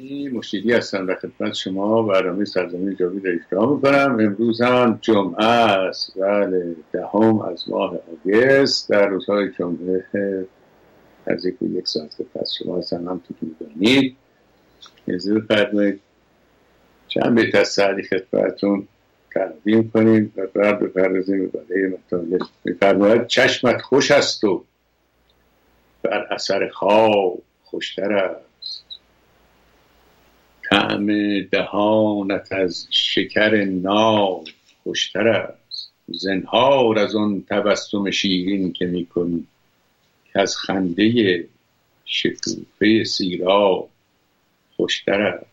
مشیری هستم در خدمت شما. برنامه سرزمین جاوید را اجرا میکنم. امروز هم جمعه است، بله، 10 از ماه آگوست. در روزهای جمعه از یک ساعت پس شما هستم، هم تو میدانید. اجازه بفرمایید چند بیت از سعدی خدمتتون تقدیم کنیم و بعد بپردازیم به بقیه مطالب. میفرماید چشمت خوش است و بر اثر خواب خوشتر است، طعم دهانت از شکر ناب خوشتر است، زنهار از آن تبسم شیرین که میکنی که از خنده شکوفه سیراب خوشتر است.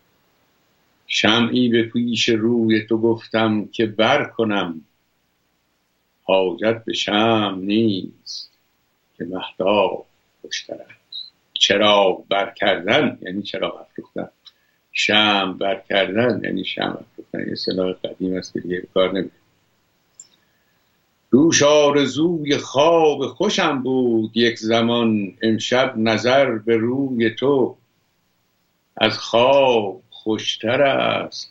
شمعی به پیش روی تو گفتم که بر کنم، حاجت به شمع نیست که مهتاب خوشتر است. چراغ بر کردن یعنی چراغ افروختن، شمع بر کردن یعنی شمع افروختن. یه اصطلاح قدیم است که دیگه کار نمیره. دوش آرزوی خواب خوشم بود یک زمان، امشب نظر به روی تو از خواب خوشتر است.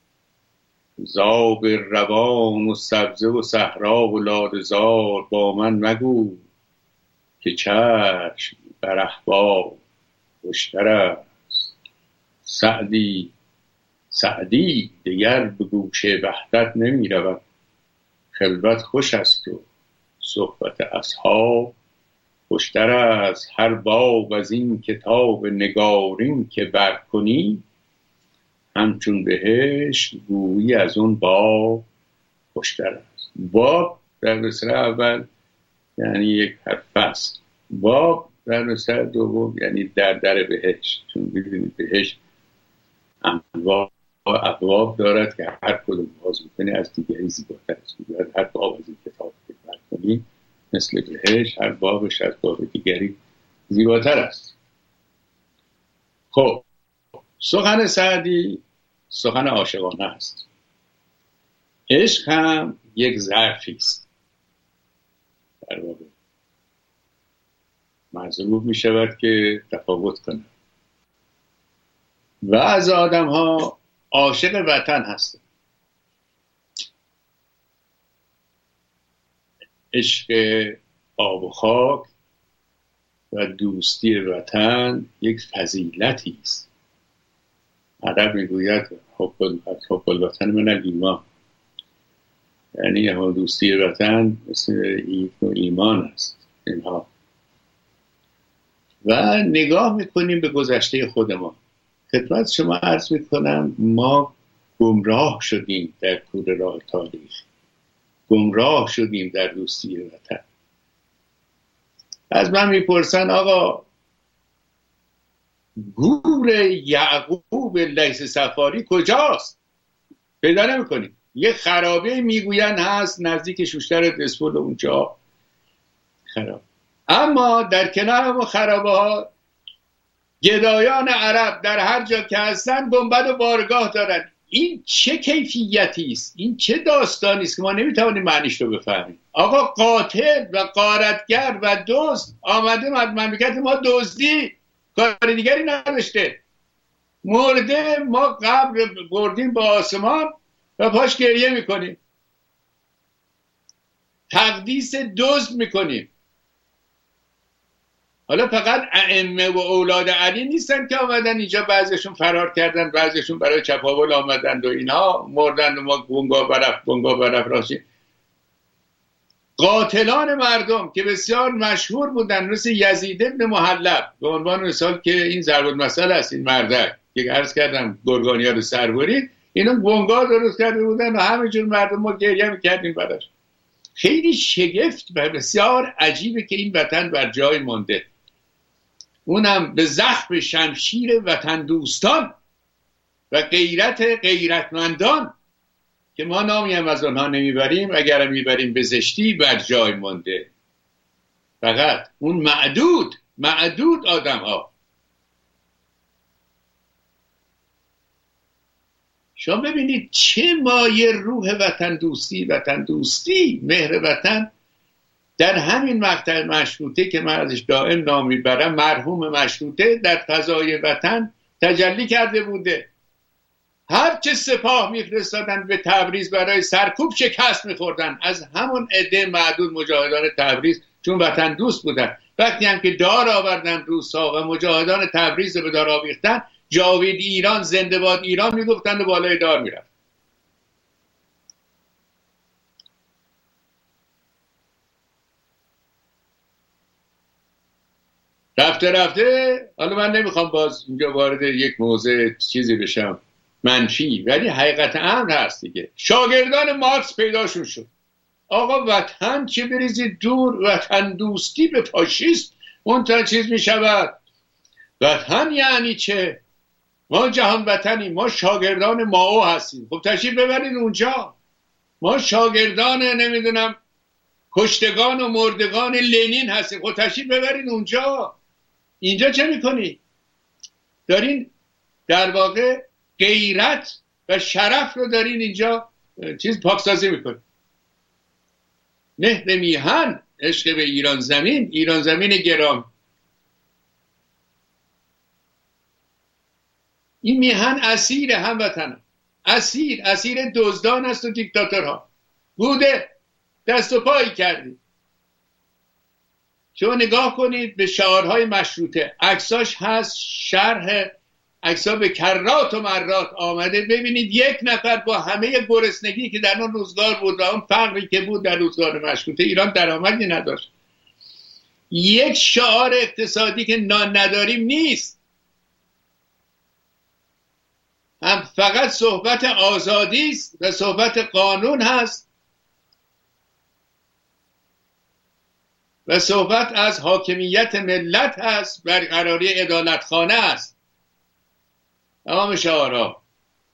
زاب روان و سبزه و صحرا و لاله با من مگو که چشم بر احباب خوشتر است. سعدی دیگر به گوش وحدت نمی رود، خلوت خوش است و صحبت اصحاب خوشتر است. هر باب از این کتاب نگارین که بر کنی، همچون بهشت گویی از اون باب خوشتر است. باب در مصرع اول یعنی یک حرف است، باب در مصرع دوم یعنی در بهشت. چون ببینید بهشت ابواب دارد که هر کدوم باز میکنه از دیگری زیباتر است. هر باب از این کتاب که بر کنی مثل بهشت، هر بابش از باب دیگری زیباتر است. خب سخن سعدی سخن عاشقانه است. عشق هم یک ظرفی است، در واقع مظلوم می شود که تفاوت کنه. و از آدم ها عاشق وطن هستند. عشق آب و خاک و دوستی وطن یک فضیلتی است. عرب میگوید حب الوطن من الایمان، یعنی دوستی وطن مثل ایمان است. اینها و نگاه میکنیم به گذشته خودمان. خدمت شما عرض میکنم ما گمراه شدیم در کوره راه تاریخ، گمراه شدیم در دوستی وطن. از من میپرسن آقا گور یعقوب لیث صفاری کجاست؟ پیدا نمیکنیم. یه خرابه میگوین هست نزدیک شوشتر دسپول، اونجا خراب. اما در کنار ما خرابه ها گدایان عرب در هر جا که هستن گنبد و بارگاه دارن. این چه کیفیتی است؟ این چه داستانی است که ما نمیتوانیم معنیش رو بفهمیم. آقا قاتل و غارتگر و دزد آمده مملکت ما دزدی، کار دیگری نداشته، مرده، ما قبر بردیم با آسمان و پاش گریه میکنیم، تقدیس دزد میکنیم. حالا فقط ائمه و اولاد علی نیستن که آمدن اینجا، بعضیشون فرار کردن، بعضیشون برای چپاول آمدند و اینها مردن و ما بونگا برف راشیم. قاتلان مردم که بسیار مشهور بودن مثل یزید ابن محلب، به عنوان مثال که این ضرب المثل است، این مردک که عرض کردم گرگانیا رو سر برید، اینا بونگا درست کرده بودن و همینجور مردم ما گریه میکردیم براش. خیلی شگفت و بسیار عجیبه که این وطن بر جای مانده، اونم به زخم شمشیر وطن دوستان و غیرتمندان که ما نامی هم از آنها نمیبریم، اگر میبریم به زشتی بر جای مانده. فقط اون معدود آدم ها. شما ببینید چه مایه روح وطن دوستی، مهر وطن در همین مقطع مشروطه که من ازش دائم نام میبرم، مرحوم مشروطه در فضای وطن تجلی کرده بوده. هر چه سپاه میفرستادن به تبریز برای سرکوب شکست میخوردن از همون عده معدود مجاهدان تبریز، چون وطن دوست بودن. وقتی هم که دار آوردن روسا و مجاهدان تبریز رو به دار آویختن، جاوید ایران، زنده باد ایران میگفتن و بالای دار میرفت. رفته حالا من نمیخوام باز اینجا وارد یک موضوع چیزی بشم منفی، ولی حقیقت امر هست دیگه. شاگردان مارکس پیداشون شد. آقا وطن چه بریزید دور، وطن دوستی به فاشیست منتهی چیز میشود. وطن یعنی چه؟ ما جهان وطنی، ما شاگردان مائو هستیم. خب تشریف ببرید اونجا. ما شاگردان نمیدونم کشتگان و مردگان لنین هستیم. خب تشریف ببرید اونجا. اینجا چه میکنی؟ دارین در واقع غیرت و شرف رو دارین اینجا چیز پاکسازی میکنین. مهر میهن، عشق به ایران زمین، ایران زمین گرام. این میهن اسیر هموطنه، اسیر دزدان است و دیکتاتورها بوده. دست و پایی کردید. شما نگاه کنید به شعارهای مشروطه، عکساش هست، شرح عکسا به کرات و مرات آمده. ببینید یک نفر با همه گرسنگی که در اون روزگار بود و اون فقری که بود در روزگار مشروطه، ایران درآمدی نداشت. یک شعار اقتصادی که نان نداریم نیست. هم فقط صحبت آزادی است و صحبت قانون هست و صحبت از حاکمیت ملت هست، برقراری عدالتخانه است. تمام شعارها.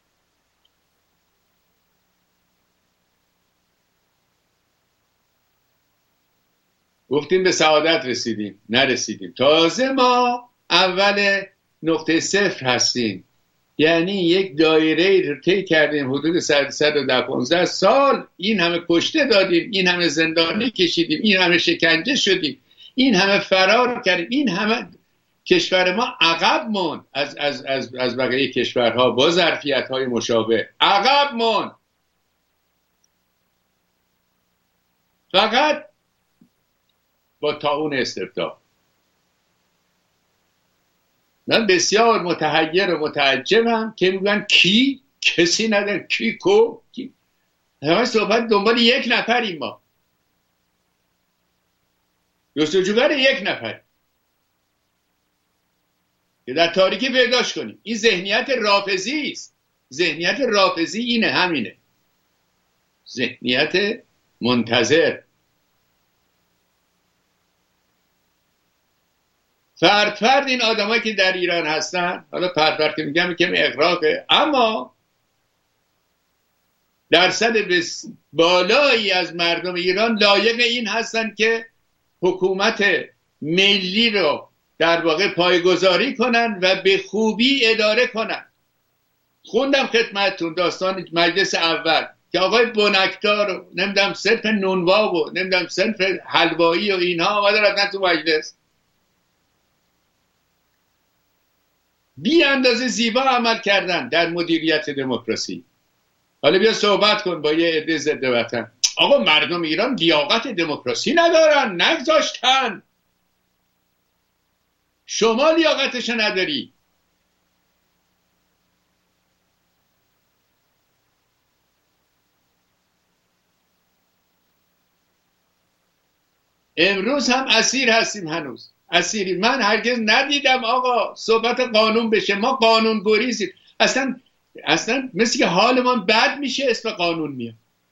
گفتیم به سعادت رسیدیم، نرسیدیم. تازه ما اول نقطه صفر هستیم. یعنی یک دایره رو طی کردیم حدود 115 سال. این همه کشته دادیم، این همه زندانی کشیدیم، این همه شکنجه شدیم، این همه فرار کردیم، این همه کشور ما عقب موند از بقیه کشورها با ظرفیت‌های مشابه. عقب موند. فقط با طاعون استبداد. من بسیار متحیر و متعجبم که میگن کی؟ کسی نداره. کی کو؟ کی؟ همه صحبت دنبال یک نفریم. ما جستجوگر یک نفر که در تاریکی پیداش کنیم. این ذهنیت رافضی است. ذهنیت رافضی اینه، همینه. ذهنیت منتظر. فرد این آدمایی که در ایران هستن، حالا فرد که میگم کمی اغراقه، اما درصد بالایی از مردم ایران لایق این هستن که حکومت ملی رو در واقع پایه‌گذاری کنن و به خوبی اداره کنن. خوندم خدمتتون داستان مجلس اول که آقای بنکدار و نمیدونم صرف نونوا و نمیدونم صرف حلوایی و اینها آمده رفتن تو مجلس، بی اندازه زیبا عمل کردن در مدیریت دموکراسی. حالا بیا صحبت کن با یه عده ضد وطن. آقا مردم ایران لیاقت دموکراسی ندارن، نگذاشتن. شما لیاقتش نداری. امروز هم اسیر هستیم، هنوز اسیری. من هرگز ندیدم آقا صحبت قانون بشه. ما قانون گریزیم. اصلا مثل که حالمان بد میشه اسم قانون میاد،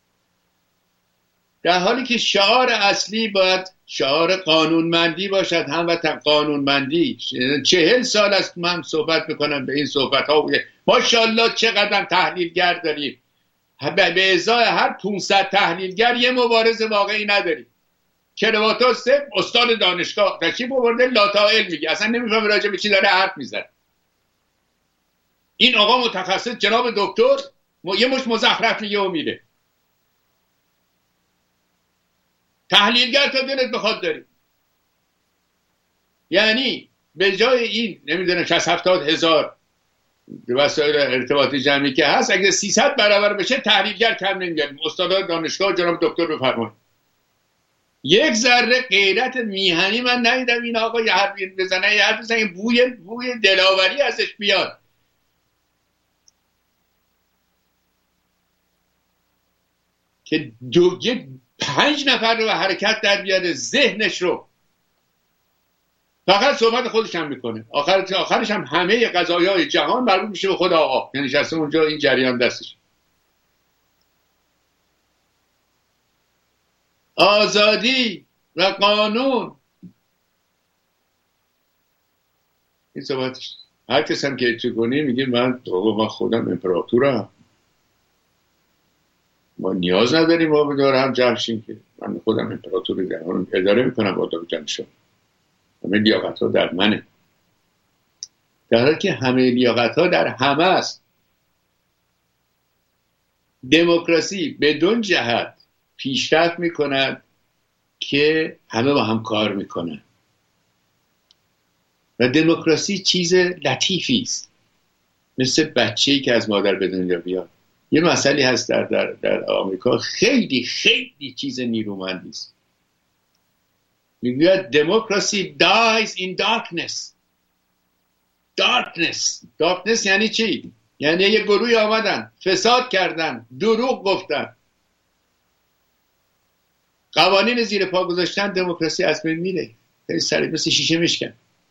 در حالی که شعار اصلی باید شعار قانونمندی باشد. هموطن قانونمندی. 40 سال است من صحبت میکنم به این صحبت ها. ماشاءالله چقدر تحلیلگر داریم. به ازای هر 500 تحلیلگر یه مبارز واقعی نداریم. کرواتوس استاد دانشگاه تشریف آورده لاتائل میگه، اصلا نمیفهمه راجع به چی داره حرف میزنه. این آقا متخصص جناب دکتر یه مش مزخرف میگه و میره. تحلیلگر تا دلت بخواد داری. یعنی به جای این نمیدونم 60-70 هزار وسایل ارتباط جمعی که هست اگه 300 برابر بشه تحلیلگر کم نمیاریم. استادان دانشگاه جناب دکتر بفرمایید. یک ذره غیرت میهنی من ندیدم این آقا یه حرف بزنه، یه حرف بزنه بوی دلاوری ازش بیاد. که یه 5 نفر رو به حرکت در بیاره، ذهنش رو فقط صحبت خودش هم میکنه، آخرش هم همه قضایای جهان مربوط میشه به خود آقا، یعنی نشسته اونجا این جریان دستش. آزادی و قانون این صحبتش. هر کس هم که چه کنی میگه من خودم امپراتورم، ما نیاز نداریم ما به دور هم جمع شیم، که من خودم امپراتور جهان اداره میکنم با دور جمع شم، همه لیاقت ها در منه. در حالی که همه لیاقت ها در همه است. دموکراسی بدون جهت پیشرفت میکند که همه با هم کار میکنن و دموکراسی چیز لطیفی است، مثل بچه‌ای که از مادر به دنیا بیاد. یه مسئله هست در آمریکا خیلی خیلی چیز نیرومندی است، میگوید democracy dies in darkness. darkness یعنی چی؟ یعنی یه گروهی آمدن فساد کردن، دروغ گفتن، قوانین زیر پا گذاشتن، دموکراسی از بین میره، خیلی سریع مثل شیشه میشکن.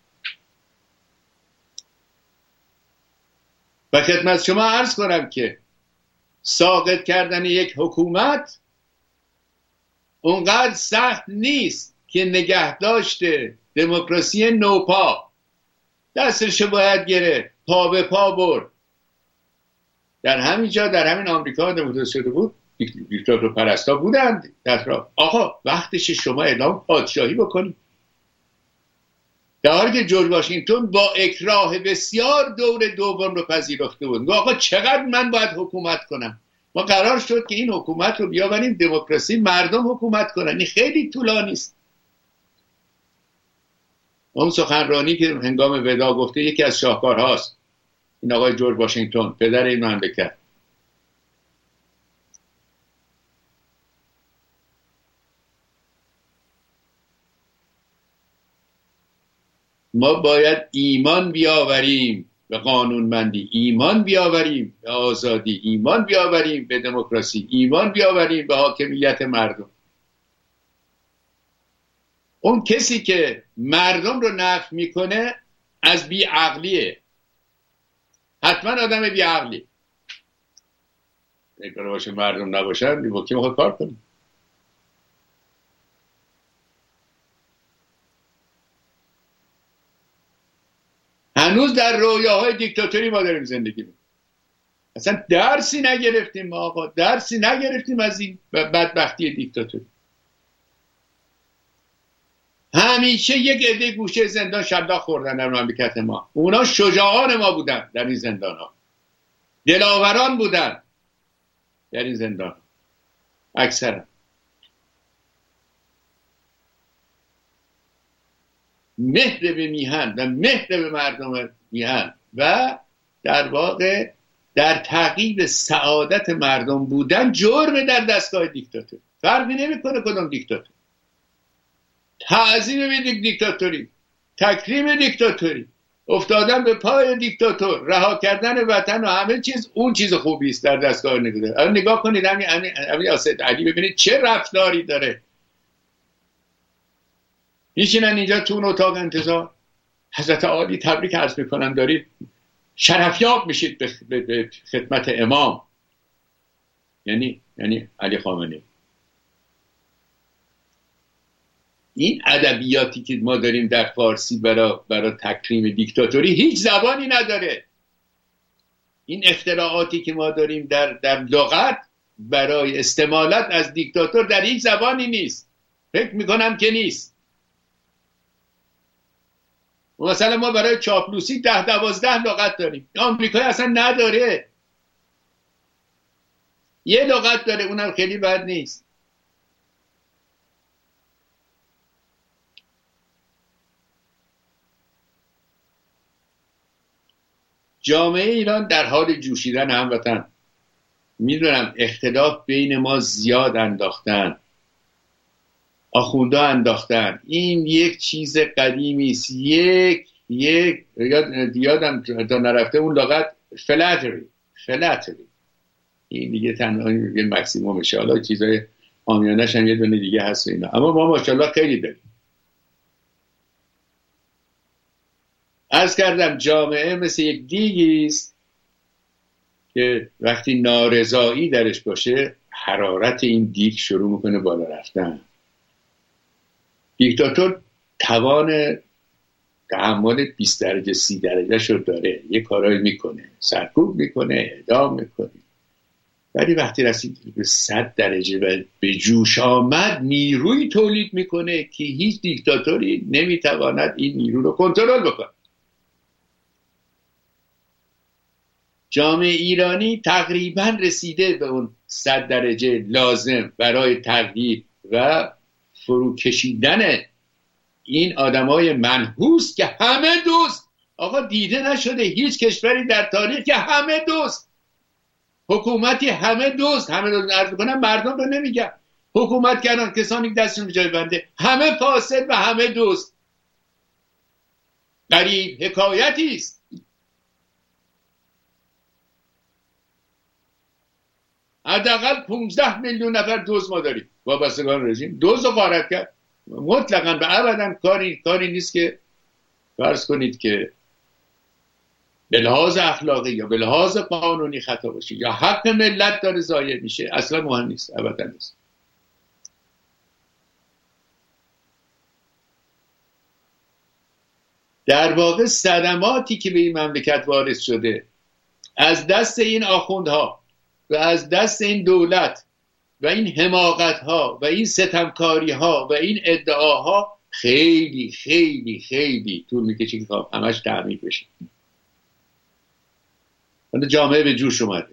و خدمت شما عرض کنم که ساقط کردن یک حکومت اونقدر سخت نیست که نگه داشته دموکراسی نوپا. دستش باید گرفت، پا به پا برد. در همین جا، در همین آمریکا دموکراسی شده بود، دیکتاتور پرستا بودند اطراف. آقا وقتش شما اعلام پادشاهی بکنید. در حالی که جورج واشنگتن با اکراه بسیار دور دوم رو پذیرفته بود. آقا چقدر من باید حکومت کنم؟ ما قرار شد که این حکومت رو بیاوریم دموکراسی، مردم حکومت کنن. این خیلی طولانی است. اون سخنرانی که هنگام ودا گفته یکی از شاهکارهاست، این آقای جورج واشنگتن، پدر این مملکت. ما باید ایمان بیاوریم به قانونمندی، ایمان بیاوریم به آزادی، ایمان بیاوریم به دموکراسی، ایمان بیاوریم به حاکمیت مردم. اون کسی که مردم رو نفی میکنه از بیعقلیه، حتما آدم بیعقلی. اگر باشه مردم نباشن با کی میخواد کار کنیم؟ هنوز در رویاهای دیکتاتوری ما داریم زندگی میکنیم. اصلا درسی نگرفتیم ما آقا، درسی نگرفتیم از این بدبختی دیکتاتوری. همیشه یک عده گوشه زندان شلاق خوردن در مملکت ما. اونا شجاعان ما بودن در این زندان ها، دلاوران بودن در این زندان ها اکثرا. مهر به میهن و مهر به مردم میهن و در واقع در تعقیب سعادت مردم بودن جرم در دستگاه دیکتاتوری. فرقی نمیکنه کدوم دیکتاتور. تعظیم به دیکتاتوری، تکریم دیکتاتوری، افتادن به پای دیکتاتور، رها کردن وطن و همه چیز، اون چیز خوبی است در دستگاه نگاه. نگاه کنید همین اسد علی، ببینید چه رفتاری داره. میشینن اینجا تو اون اتاق انتظار، حضرت عالی تبریک عرض میکنن، دارید شرفیاب میشید به خدمت امام، یعنی علی خامنه‌ای. این ادبیاتی که ما داریم در فارسی برای تکریم دیکتاتوری هیچ زبانی نداره. این اختراعاتی که ما داریم در لغت برای استمالت از دیکتاتور در هیچ زبانی نیست. فکر میکنم که نیست. مثلا ما برای چاپلوسی 10-12 لغت داریم. آمریکایی اصلا نداره. یه لغت داره، اونم خیلی بد نیست. جامعه ایران در حال جوشیدن. هموطن میدونم اختلاف بین ما زیاد انداختن، آخونده انداختن، این یک چیز قدیمی است، یک یادم تا نرفته اون لغت فلاتری، این دیگه تنها یه مکسیمومشه. حالا چیزای آمیانش هم یه دونه دیگه هست اینا، اما ما ماشاءالله خیلی داریم. عرض کردم جامعه مثل یک دیگی است که وقتی نارضایی درش باشه حرارت این دیگ شروع میکنه بالا رفتن. دیکتاتور توان تحمل 20 درجه 30 درجه شو داره، یه کارایی میکنه، سرکوب میکنه، اعدام میکنه، ولی وقتی رسید به 100 درجه و به جوش آمد نیروی تولید میکنه که هیچ دیکتاتوری نمیتواند این نیرو رو کنترل بکنه. جامعه ایرانی تقریبا رسیده به اون 100 درجه لازم برای تغییر و فرو کشیدن این آدمای منحوس که همه دوست. آقا دیده نشده هیچ کشوری در تاریخ که همه دوست، حکومتی همه دوست عرض کنم، مردم رو نمیگم، حکومت کردن کسانی که دستشون جای بنده، همه فاسد و همه دوست. غریب حکایتی است. حداقل 15 میلیون نفر دوست ما داریم وابستگان رژیم. دوست رو غارت کرد مطلقاً و ابداً کاری نیست که فرض کنید که به لحاظ اخلاقی یا به لحاظ قانونی خطا باشه یا حق ملت داره ضایع میشه. اصلا مهم نیست، ابدا نیست. در واقع صدماتی که به این مملکت وارد شده از دست این آخوندها و از دست این دولت و این حماقت‌ها و این ستمکاری‌ها و این ادعاها خیلی خیلی خیلی طول می‌کشه که همش تعمیر بشه. جامعه به جوش اومده.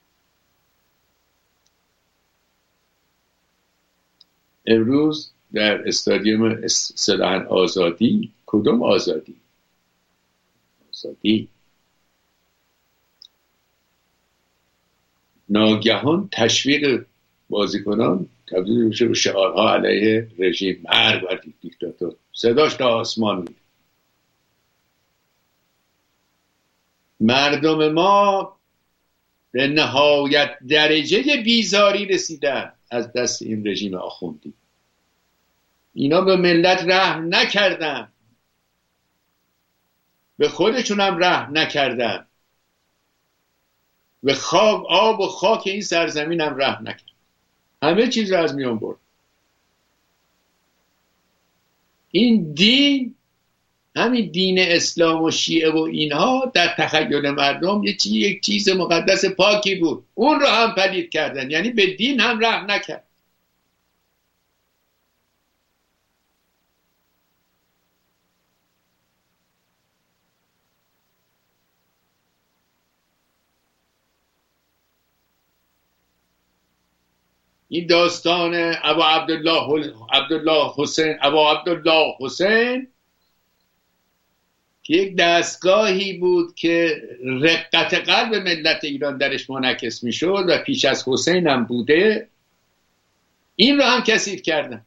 امروز در استادیوم اصطلاحاً آزادی، کدوم آزادی؟ ناگهان تشویق بازیکنان تبدیل میشه به شعارها علیه رژیم، مرگ بر دیکتاتور، صداش تا آسمان میره. مردم ما به نهایت درجه بیزاری رسیدن از دست این رژیم آخوندی. اینا به ملت رحم نکردن، به خودشون هم رحم نکردن، به خاک آب و خاک این سرزمین هم رحم نکردن، همه چیز رو از میان برد. این دین، همین دین اسلام و شیعه و اینها در تخیل مردم یک چیز مقدس پاکی بود، اون رو هم پلید کردن، یعنی به دین هم رحم نکرد. این داستان ابا عبدالله حسین یک دستگاهی بود که رقت قلب ملت ایران درش منعکس میشد و پیش از حسین هم بوده. این رو هم کثیف کردن.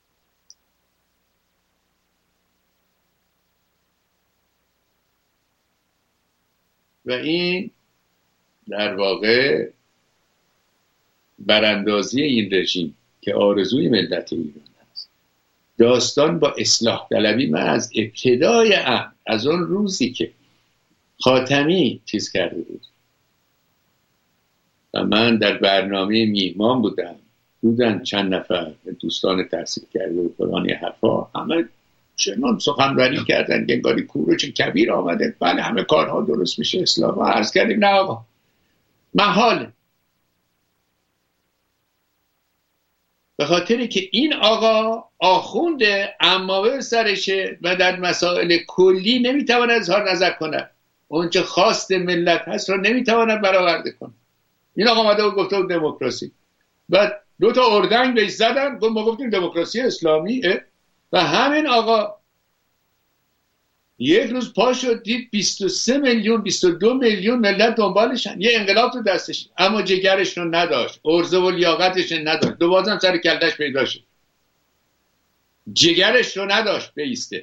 و این در واقع براندازی این رژیم که آرزوی ملت ایران است. داستان با اصلاح طلبی، من از ابتدای امر، از اون روزی که خاتمی چیز کرده بود و من در برنامه میهمان بودن چند نفر دوستان تحصیل کرده و فلان حرفا، همه چنان سخنرانی کردن که انگاری کوروش کبیر آمده، بله همه کارها درست میشه، اصلاح. ما عرض کردیم نه آقا، محاله. به خاطری که این آقا آخونده، عمامه سرشه و در مسائل کلی نمیتواند اظهار نظر کنه، اونچه خواست ملت هست رو نمیتواند برآورده کنه. این آقا آمده و گفته بود دموکراسی، و 2 تا اردنگ بهش زدن، ما گفتیم دموکراسی اسلامی. و همین آقا یک روز پا شد دید 23 میلیون 22 میلیون ملت دنبالشن، یه انقلاب تو دستش، اما جگرش رو نداشت، ارزه و لیاقتش رو نداشت، دوبازم سر کلش پیدا شد، جگرش رو نداشت بیسته.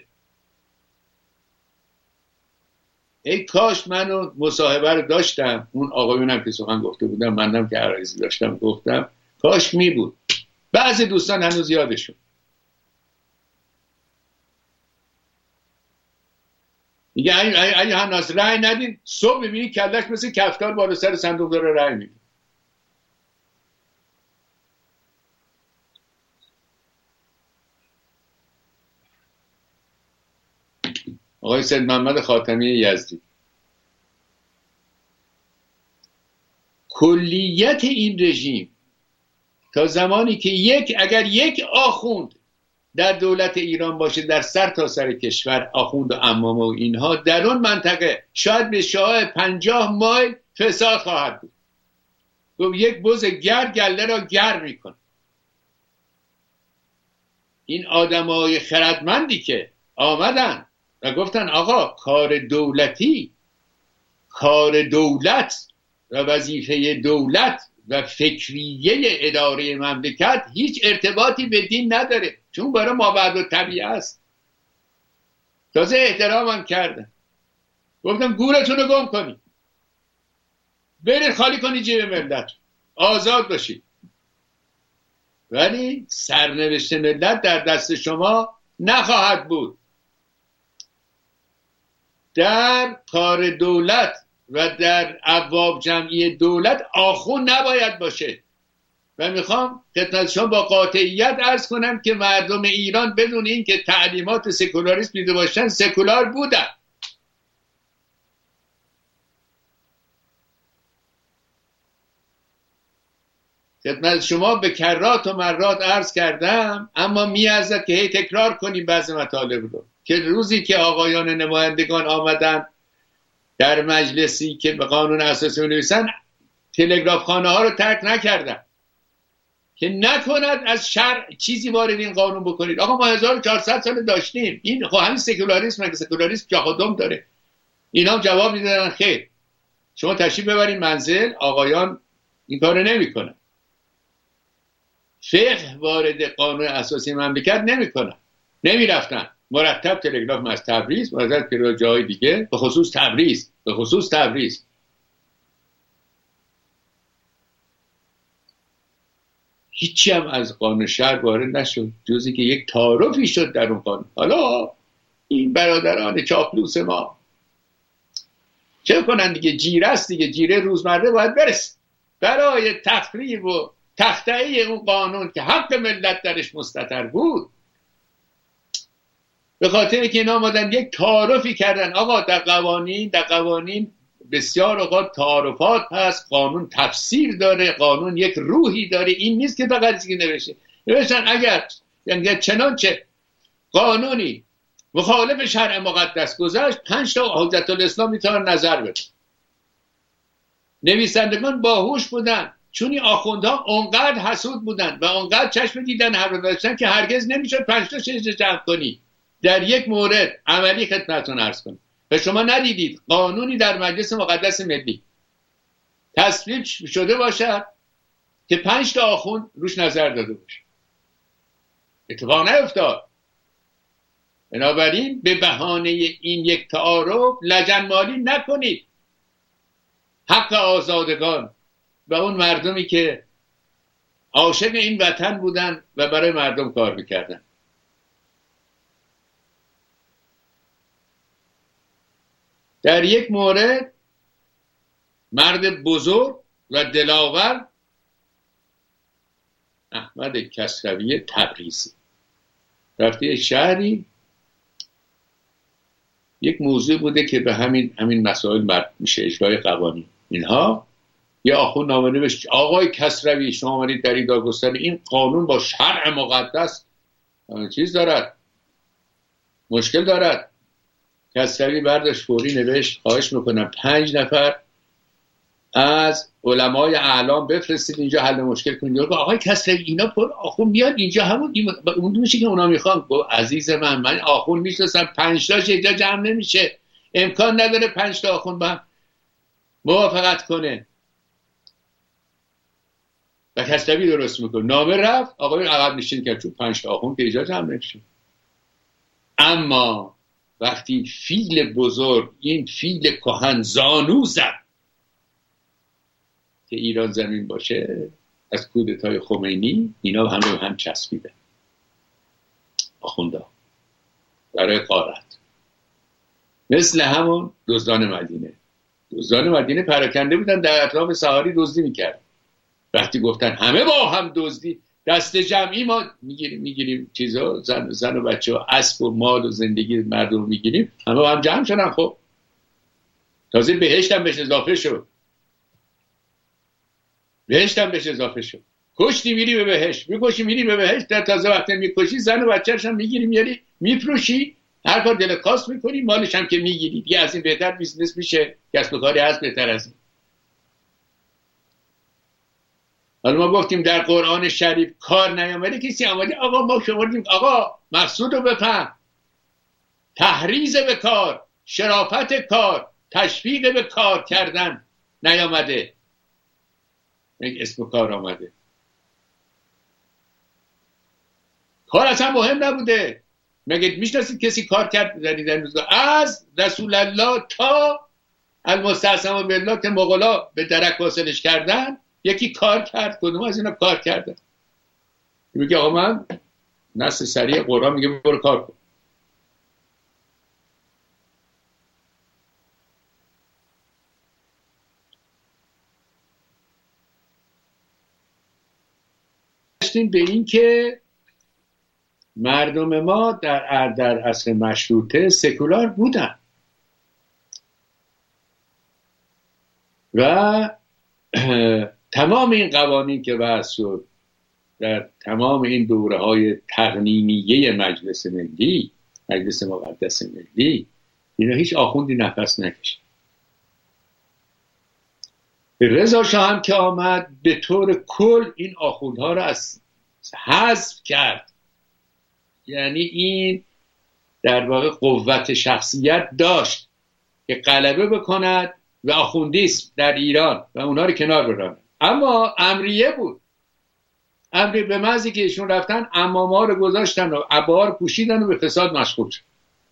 ای کاش من اون مصاحبه رو داشتم، اون آقایونم که سخن گفته بودم، منم که عرایزی داشتم گفتم، کاش می بود. بعضی دوستان هنوز یادشون. میگه اگه هنوز رأی ندین صبح ببینی کلش مثل کفتار بالا سر صندوق داره رأی میده. آقای سید محمد خاتمی یزدی، کلیت این رژیم تا زمانی که اگر یک آخوند در دولت ایران باشه، در سر تا سر کشور، آخوند و عمامه و اینها، در اون منطقه شاید به شعاع 50 مایل فساد خواهد بود. گفت یک بز گرد گله را گر میکن. این آدمای خردمندی که آمدن و گفتن آقا کار دولتی، کار دولت و وظیفه دولت و فکریه اداره مملکت هیچ ارتباطی به دین نداره، چون برای مابعد الطبیعه است. تازه احترامم کردن، گفتم گورتون رو گم کنید، برید خالی کنید جیب ملت، آزاد باشید، ولی سرنوشت ملت در دست شما نخواهد بود. در کار دولت و در ابواب جمعی دولت آخوند نباید باشه. و میخوام خدمت شما با قاطعیت عرض کنم که مردم ایران بدون این که تعلیمات سکولاریسم دیده باشن سکولار بودن. خدمت شما به کرات و مرات عرض کردم، اما میارزد که هی تکرار کنیم بعض مطالب رو، که روزی که آقایان نمایندگان آمدن در مجلسی که به قانون اساسی می‌نویسن، تلگراف خانه ها رو ترک نکردن که نکند از شرع چیزی وارد این قانون بکنید. آقا ما 1400 سال داشتیم، این خب همین سکولاریسم، که سکولاریسم جهادم داره. اینا هم جواب میدادن خیر، شما تشریف ببرین منزل، آقایان این کارو نمیکنن، فقه وارد قانون اساسی مملکت نمیکنن، نمیرفتن. مرتب تلگراف از تبریز، مرتب که جای دیگه، به خصوص تبریز. هیچی هم از قانون شهر وارد نشد، جزی که یک تعارفی شد در اون قانون. حالا این برادران چاپلوس ما چه کنن دیگه؟ جیره است دیگه، جیره روزمره باید برسه برای تخریب و تخطئه اون قانون که حق ملت درش مستتر بود. به خاطر که اینا آمدن یک تعارفی کردن. آقا در قوانین بسیار اوقات تعارفات هست، قانون تفسیر داره، قانون یک روحی داره. این نیست که فقط چیزی نوشتن اگر یعنی چنانچه قانونی مخالف شرع مقدس گذشت 5 تا حجت الاسلام میتونن نظر بدن. نویسندگان باهوش بودن، چون این آخوندها اونقدر حسود بودن و اونقدر چشم دیدن هر رو داشتن که هرگز نمیشد 5 تا 6 جمع کنی. در یک مورد عملی خدمتتون عرض کنم، و شما ندیدید قانونی در مجلس مقدس ملی تصویب شده باشد که 5 تا آخوند روش نظر داده باشه. اتفاق نیفتاد. بنابراین به بهانه این یک تعارف لجنمالی نکنید حق آزادگان و اون مردمی که عاشق این وطن بودن و برای مردم کار میکردن. در یک مورد مرد بزرگ و دلاور احمد کسروی تبریزی رفته شهری، یک موضوع بوده که به همین مسائل مربوط میشه، اجرای قوانین اینها. یه آخوند نامه نوشت آقای کسروی شما آمدید در این دادگستری، این قانون با شرع مقدس چیز دارد، مشکل دارد. کسروی برداشت فوری نوشت خواهش میکنم 5 نفر از علمای اعلام بفرستید اینجا حل مشکل کنید. آقای کسروی اینا پر آخوند میاد اینجا همون اون میشه که اونا میخوان. عزیز من آخوند میشناسم 5 تاش اینجا جمع نمیشه، امکان نداره 5 تا آخوند با هم موافقت کنه. و کسروی درست میکنه، نامه رفت آقای عقب نشین کرد، چون 5 تا آخوند که اینجا جمع نمیشه. اما وقتی فیل بزرگ، این فیل کهن زانو زد که ایران زمین باشه از کودتای خمینی، اینا هم چسبیده آخونده برای غارت. مثل همون دزدان مدینه پراکنده بودن در اطراف سحاری دزدی میکرد. وقتی گفتن همه با هم دزدی، دست جمعی ما میگیریم چیزا، زن و بچه ها، اسب و مال و زندگی مردم رو میگیریم، همه با هم جمع شدن. خب تازه بهشت هم بهش اضافه شد. کشتی میری به بهشت، میکشی میری به بهشت، در تازه وقتی میکشی زن و بچه‌ش هم میگیری میاری میفروشی، هر کار دلت خواست میکنی، مالش هم که میگیری. دیگه از این بهتر بیزنس میشه؟ کسب و کاری هست بهتر از این؟ حالا ما گفتیم در قرآن شریف کار نیامده، کسی آمده آقا ما شمردیم آقا مقصود رو بفهم، تحریض به کار، شرافت کار، تشویق به کار کردن نیامده، یک اسم کار آمده. کار اصلا مهم نبوده. مگه میشناسید کسی کار کرد در روزگار از رسول الله تا المستعصم بالله که مغولا به درک واصلش کردن یکی کار کرد؟ کدوم از اینا کار کردن؟ میگه آقا من نص سریع قرآن میگه برو کار کن. به این که مردم ما در عصر مشروطه سکولار بودن و تمام این قوانین که وضع شد در تمام این دوره‌های تقنینیه مجلس مقدس ملی، اینا هیچ آخوندی نفس نکشید. رضا شاه هم که آمد به طور کل این آخوندها رو از حذف کرد. یعنی این در واقع قوت شخصیت داشت که غلبه بکند و آخوندیسم در ایران و اونا رو کنار براند. اما امریه بود، امری به محضی که ایشون رفتن عمام‌ها رو گذاشتن و عباها رو پوشیدن و به فساد مشغول شد.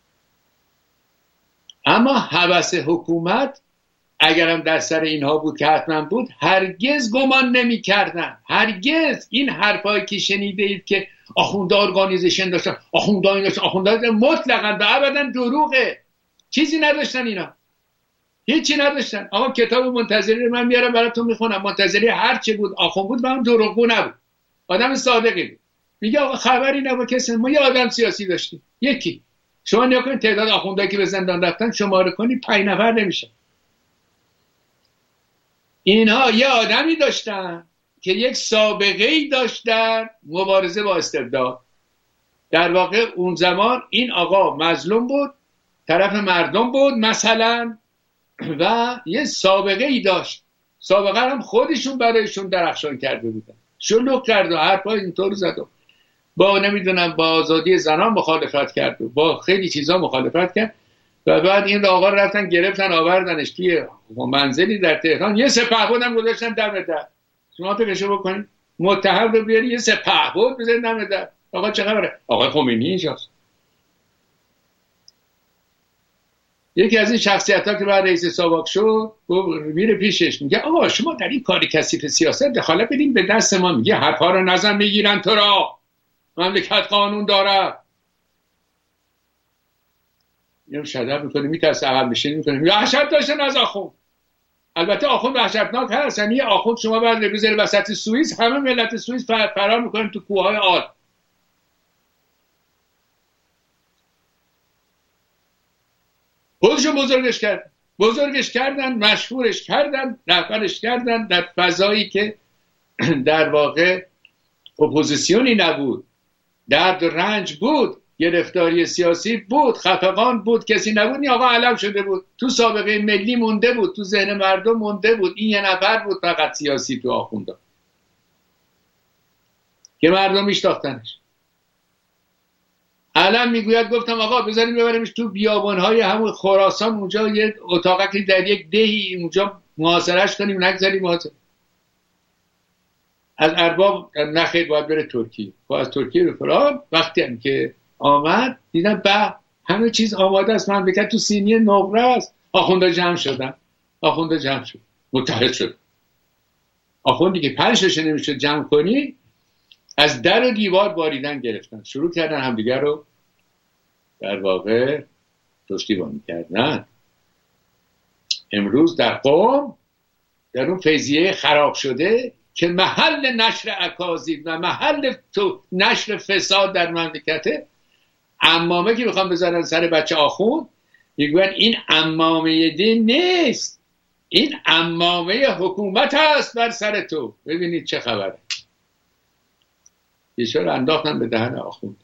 اما هوس حکومت اگرم در سر اینها بود که حتما بود، هرگز گمان نمی کردن، هرگز این حرفایی که شنیده اید که آخونده ارگانیزیشن داشتن، آخونده این داشتن، آخونده مطلقاً و ابدا دروغه. چیزی نداشتن اینا، هیچی نداشتن. آقا کتاب منتظری رو من میارم براتون میخونم. منتظری هر چی بود آخوند بود و هم دروغگو نبود، آدم صادقی بود. میگه آقا خبری نبود کسی، ما یه آدم سیاسی داشتیم یکی. شما نیا کنید تعداد آخوندهایی که به زندان رفتن شماره کنی 5 نفر نمیشه. اینها یه آدمی داشتن که یک سابقه‌ای داشتن مبارزه با استبداد. در واقع اون زمان این آقا مظلوم بود، طرف مردم بود مثلا، و یه سابقه‌ای داشت. سابقه هم خودشون برایشون درخشان کرده بودن، شلوغ کرد و حرفای اینطور زد و با نمیدونم با آزادی زنان مخالفت کرد و با خیلی چیزا مخالفت کرد. و بعد این آقا رفتن گرفتن آوردنش توی منزلی در تهران، یه سپهبد هم گذاشتن دم در. شما فکرشو بکنید متهم رو بیاری یه سپهبد بزنید دم در. آقا چه خبره؟ آقا خمینی اینجاست. یکی از این شخصیت‌ها که بعد رئیس ساواک شد میره پیشش میگه آقا شما در این کار کثیف سیاست دخالت بدین به دست ما. میگه حرفا رو نزن میگیرن تو را، مملکت قانون داره. میام شدت میکنه، میترسه عقب نشینی میکنه، میگه وحشت داشتن از آخوند. البته آخوند وحشتناک هست، یعنی آخوند شما بعد بذاری وسط سوئیس همه ملت سوئیس فرار میکنن تو کوههای آلپ. خودشو بزرگش کردن، مشهورش کردن، رهبرش کردن در فضایی که در واقع اپوزیسیونی نبود، درد و رنج بود. گرفتاری سیاسی بود، خفقان بود، کسی نبود، این آقا علم شده بود، تو سابقه ملی مونده بود، تو ذهن مردم مونده بود. این یه نفر بود فقط سیاسی تو آخوندا که مردم میشناختنش. علم میگوید گفتم آقا بذاریم ببریمش تو بیابانهای همون خراسان، اونجا یه اتاقی در یک دهی اونجا محاصرهش کنیم، نگذاریم محاصره. از ارباب نخیر باید بره ترکیه. و از ترکیه به فران وقتی هم که آمد دیدم به همه چیز آماده است، مملکت تو سینی نقره است. آخوندا جمع شدن، آخوندا جمع شد، متحد شد. آخوندی که 5 تاشو نمیشد جمع کنی از در و دیوار باریدن گرفتن، شروع کردن همدیگر رو در واقع پشتیبانی کردن. امروز در قم، در اون فیضیه خراب شده که محل نشر اکاذیب و محل نشر فساد در مملکته، عمامه که میخوام بذارن سر بچه آخوند، میگوین این عمامه دین نیست، این عمامه حکومت هست بر سر تو. ببینید چه خبره. یه رو انداختن به دهن آخوند.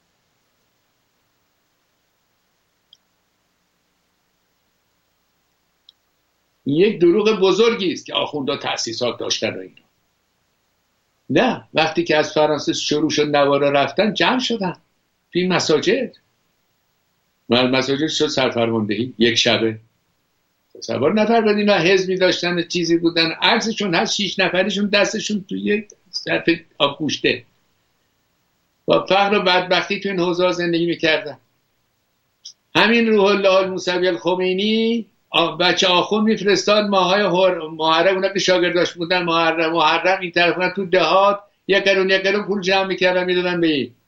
یک دروغ بزرگی است که آخوندها تأسیسات داشتن و اینا. نه، وقتی که از فرانسه شروع شد نوارا رفتن جمع شدن توی مساجد. مساجد شد سرفرماندهی یک شبه. تصور نفر بدین اینا حزبی داشتن چیزی بودن، عکسشون هست 6 نفریشون دستشون توی ظرف آب گوشته با فقر و بدبختی توی این حوزه زندگی میکردن. همین روح الله موسوی الخمینی بچه آخوند میفرستاد ماهای محرم، اونا که شاگرداش بودن محرم این طرف تو دهات یک قرون پول جمع میکردن میدادن به این.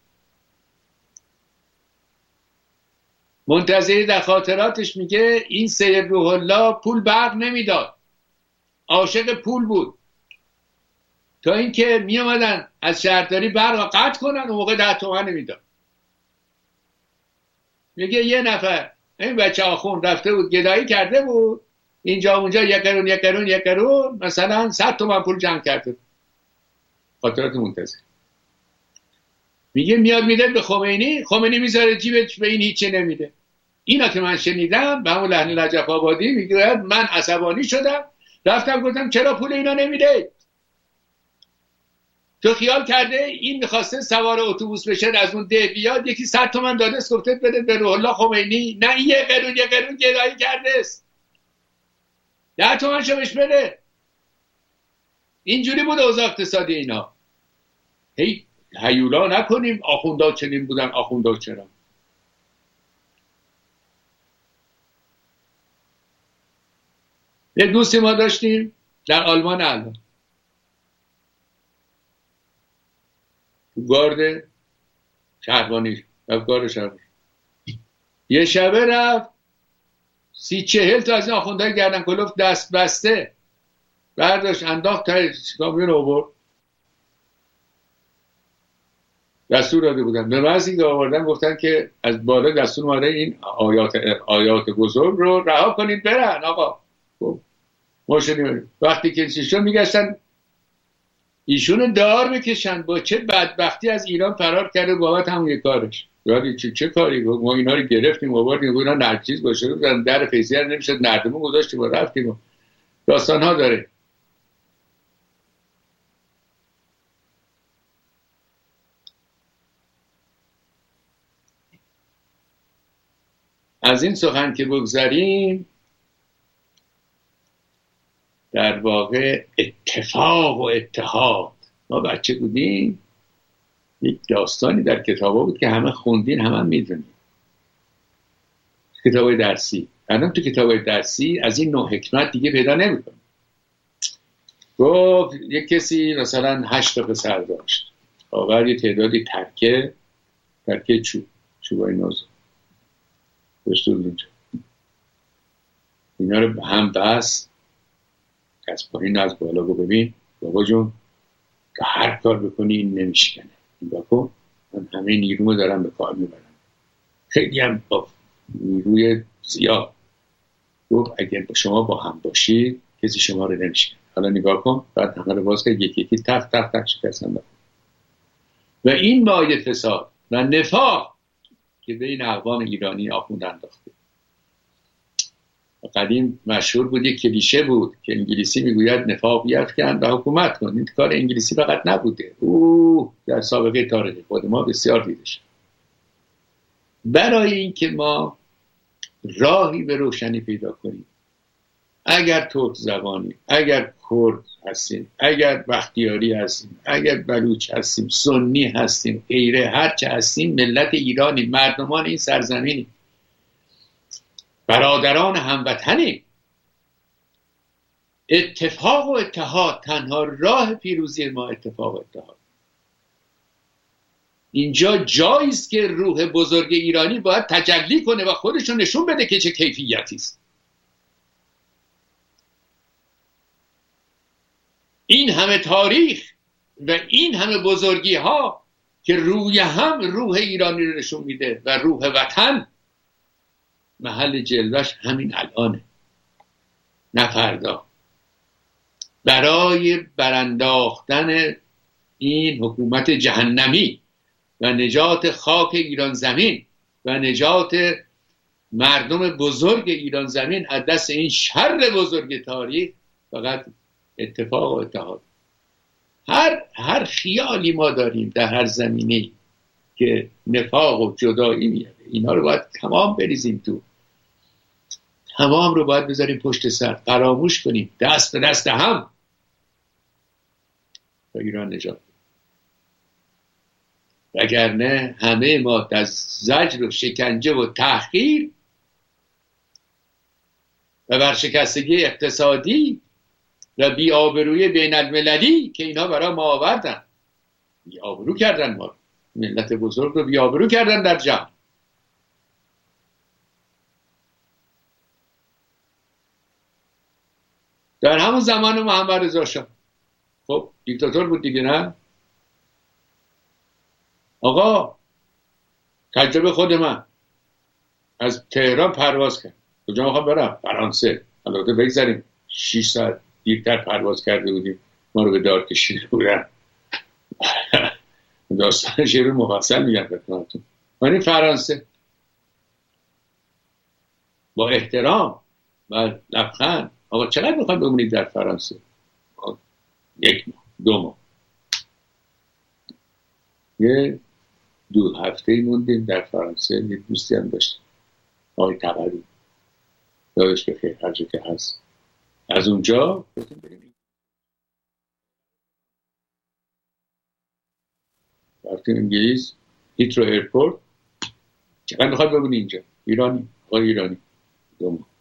منتظری در خاطراتش میگه این سید روح الله پول برق نمیداد، عاشق پول بود، تا اینکه میامدن از شهرداری برق قطع کنن اون موقع 10 تومن نمیداد. میگه یه نفر این بچه آخوند رفته بود گدایی کرده بود اینجا اونجا یک قرون مثلا 100 تومن پول جمع کرده. خاطرات منتظر. میگه میاد میده به خمینی میذاره جیبش، به این هیچی نمیده. اینا که من شنیدم به همون لحن نجف آبادی میگه من عصبانی شدم رفتم گفتم چرا پول اینا نمیده؟ تو خیال کرده این میخواسته سوار اتوبوس بشه از اون ده بیاد یکی 100 تومن داده است گفته بده به روح الله خمینی؟ نه، این یک قرون گدایی کرده است، 10 تومن شو بهش بده. اینجوری بود اوضاع اقتصادی اینا. هی هیولا نکنیم آخوندا چنین بودن آخوندا چرا. یک دوستی ما داشتیم در آلمان، الان گارد شهربانی رفت، گارد شهربانی یه شبه رفت 30-40 تا از این آخوندهای گردن کلفت دست بسته برداشت انداخت تا کامیون آورد. دستور داده بودن به وضعی که آوردن گفتن که از بالا دستور اومده این آیات بزرگ رو رها کنید برن آقا. ما شدیم وقتی که چیشون میگشتن ایشون دار بکشن با چه بدبختی از ایران فرار کرده بابت همون یک کارش. یادی چه کاری بود؟ ما اینا رو گرفتیم آوردیم اینا نرچیز باشه در فیضیه نمیشد نردمون گذاشتیم و رفتیم و داستان ها داره. از این سخن که بگذاریم در واقع اتفاق و اتحاد. ما بچه بودیم یک داستانی در کتابا بود که همه خوندین همه میدونیم، کتابای درسی. الان تو کتابای درسی از این نوع حکمت دیگه پیدا نمی‌کنی. گفت یک کسی مثلا 8 تا پسر داشت، آور یه تعدادی ترکه چوبای نازک داشت اونجا، اینا رو هم بس از پایین از بالا گفت ببین بابا جون که هر کار بکنی این نمیشکنه، نگاه کن من همه نیرومو دارم به کار میبرم، خیلی هم با نیروی زیاد. گفت اگر شما با هم باشید کسی شما رو نمیشکنه. حالا نگاه کن بعد همه رو باز که یکی تق شکستن. و این مایه فساد و نفاق که بین اقوام ایرانی آخوند انداخته. قدیم مشهور بود، یک کلیشه بود که انگلیسی میگوید نفاق بیفکن و حکومت کن. این کار انگلیسی فقط نبوده، او در سابقه تاریخی خود ما بسیار دیده شد. برای اینکه ما راهی به روشنی پیدا کنیم، اگر ترک زبانی، اگر کرد هستیم، اگر بختیاری هستیم، اگر بلوچ هستیم، سنی هستیم، غیره هرچه هستیم، ملت ایرانی، مردمان این سرزمینی، برادران هموطنی، اتفاق و اتحاد تنها راه پیروزی ما اتفاق و اتحاد. اینجا جایی است که روح بزرگ ایرانی باید تجلی کنه و خودش رو نشون بده که چه کیفیتی است. این همه تاریخ و این همه بزرگی ها که روی هم روح ایرانی رو نشون میده و روح وطن، محل جلوش همین الانه، نه فردا. برای برانداختن این حکومت جهنمی و نجات خاک ایران زمین و نجات مردم بزرگ ایران زمین از دست این شر بزرگ تاریخ فقط اتفاق و اتحاد. هر خیالی ما داریم در هر زمینه‌ای که نفاق و جدایی میاره، اینا رو باید تمام بریزیم تو، تمام رو باید بذاریم پشت سر، فراموش کنیم، دست به دست هم تا ایران نجات. وگرنه همه ما در زجر و شکنجه و تحقیر و ورشکستگی اقتصادی و بی‌آبرویی بین المللی که اینا برای ما آوردن، بی‌آبرو کردن ما، ملت بزرگ رو بی‌آبرو کردن در جهان. در همون زمان محمد رضا شاه، خب دیکتاتور بود دیگه، نه آقا؟ تجربه خود من، از تهران پرواز کرد، کجا میخوام برم؟ فرانسه. البته بگذاریم 6 ساعت دیرتر پرواز کرده بودیم، ما رو به دار کشیده بودن. داستانش رو مفصل میگم خدمتتون. من فرانسه با احترام و لبخند، آقا چقدر میخواید بمونید در فرانسه؟ 1 ماه 2 ماه. یه 2 هفته موندیم در فرانسه. یه دوستی هم داشتیم، آقای تقوی، دادش بخیر هر جا که هست. از اونجا رفتیم انگلیس، هیترو ایرپورت. چقدر میخواد بمونی اینجا؟ ایرانی، آقای ایرانی. 2 ماه.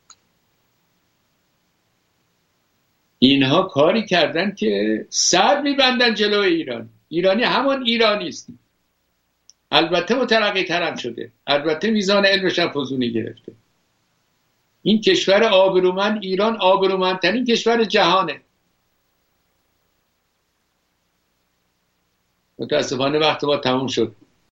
اینها کاری کردن که سر میبندن جلو ایران. ایرانی همون ایرانی است، البته مترقی تر هم شده، البته میزان علمش هم فزونی گرفته. این کشور آبرومند، ایران آبرومندترین کشور جهانه. متاسفانه وقت ما تموم شد.